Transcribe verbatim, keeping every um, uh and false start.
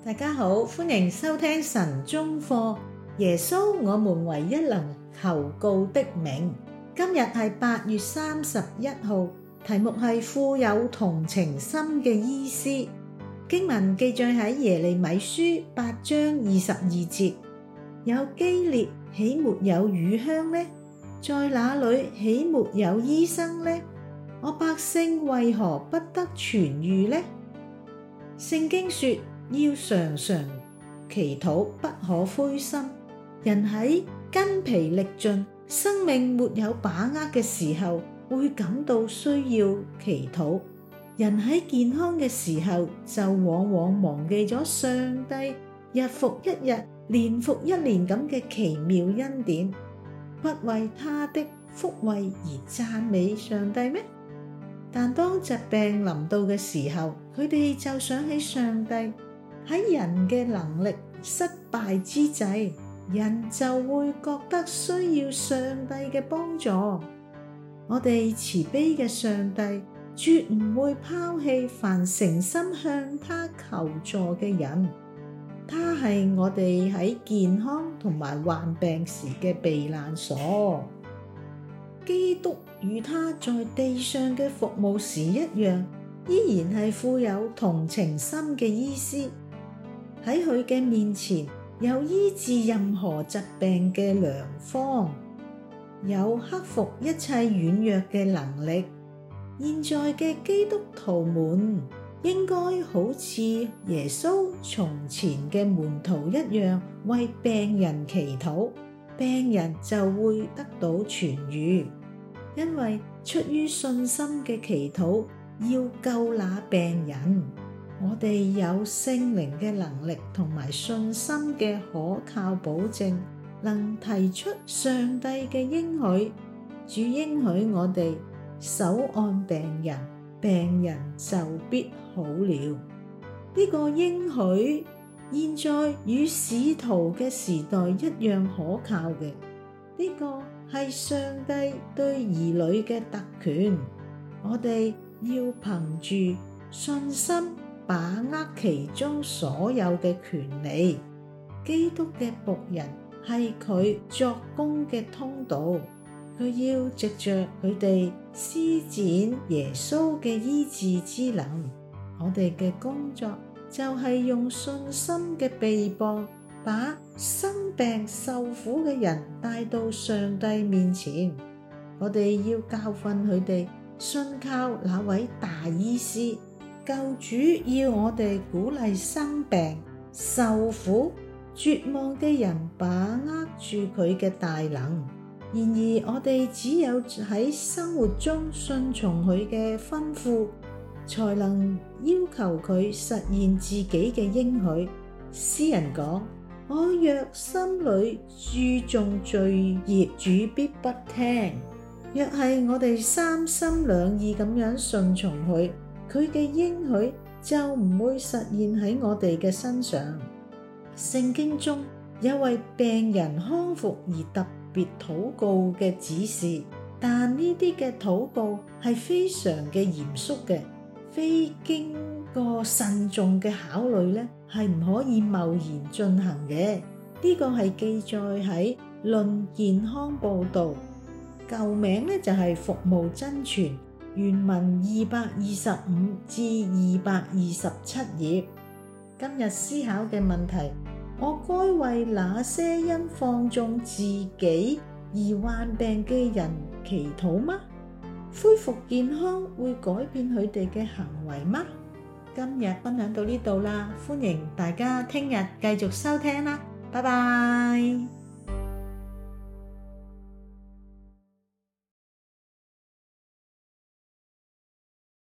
大家好，歡迎收聽神中課。耶穌，我們唯一能求告的名。今日係八月三十一號，題目係富有同情心嘅醫師。經文記載喺耶利米書八章二十二節，有基列豈沒有乳香呢？在那裏豈沒有醫生呢？我百姓為何不得痊癒呢？聖經說要常常祈禱，不可灰心。人喺筋疲力盡、生命沒有把握嘅時候，會感到需要祈禱。人喺健康嘅時候，就往往忘記咗上帝日復一日、年復一年咁嘅奇妙恩典，不為他的福惠而讚美上帝咩？但當疾病臨到嘅時候，佢哋就想起上帝。喺人嘅能力失敗之際，人就會覺得需要上帝嘅幫助。我哋慈悲嘅上帝絕唔會拋棄凡誠心向他求助嘅人，他係我哋喺健康同埋患病時嘅避難所。基督與他在地上嘅服務時一樣，依然係富有同情心嘅醫師。喺佢嘅面前有醫治任何疾病嘅良方，有克服一切軟弱嘅能力。現在嘅基督徒們應該好似耶穌從前嘅門徒一樣，為病人祈禱，病人就會得到痊癒。因為出於信心嘅祈禱要救那病人。我哋有聖靈嘅能力同埋信心嘅可靠保證，能提出上帝嘅應許。主應許我哋手按病人，病人就必好了。呢個應許現在與使徒嘅時代一樣可靠嘅。呢個係上帝對兒女嘅特權，我哋要憑住信心把握其中所有嘅權利。基督嘅僕人係佢作工嘅通道，佢要藉着佢哋施展耶穌嘅醫治之能。我哋嘅工作就係用信心嘅臂膀，把生病受苦嘅人帶到上帝面前。我哋要教訓佢哋信靠那位大醫師。救主要我哋鼓勵生病、受苦、絕望嘅人把握住佢嘅大能。然而，我哋只有喺生活中順從佢嘅吩咐，才能要求佢實現自己嘅應許。詩人講：我若心裏注重罪孽，主必不聽。若係我哋三心兩意咁樣順從佢，佢嘅應許就唔會實現喺我哋嘅身上。聖經中有為病人康復而特別禱告嘅指示，但呢啲嘅禱告係非常嘅嚴肅嘅，非經過慎重嘅考慮咧，係唔可以貿然進行嘅。呢、這個係記載喺《論健康報道》，舊名咧就係服務真傳。原文二百二十五至二百二十七頁。今日思考嘅問題：我該為那些因放縱自己而患病嘅人祈禱嗎？恢復健康會改變佢哋嘅行為嗎？今日分享到呢度啦，歡迎大家聽日繼續收聽啦，拜拜。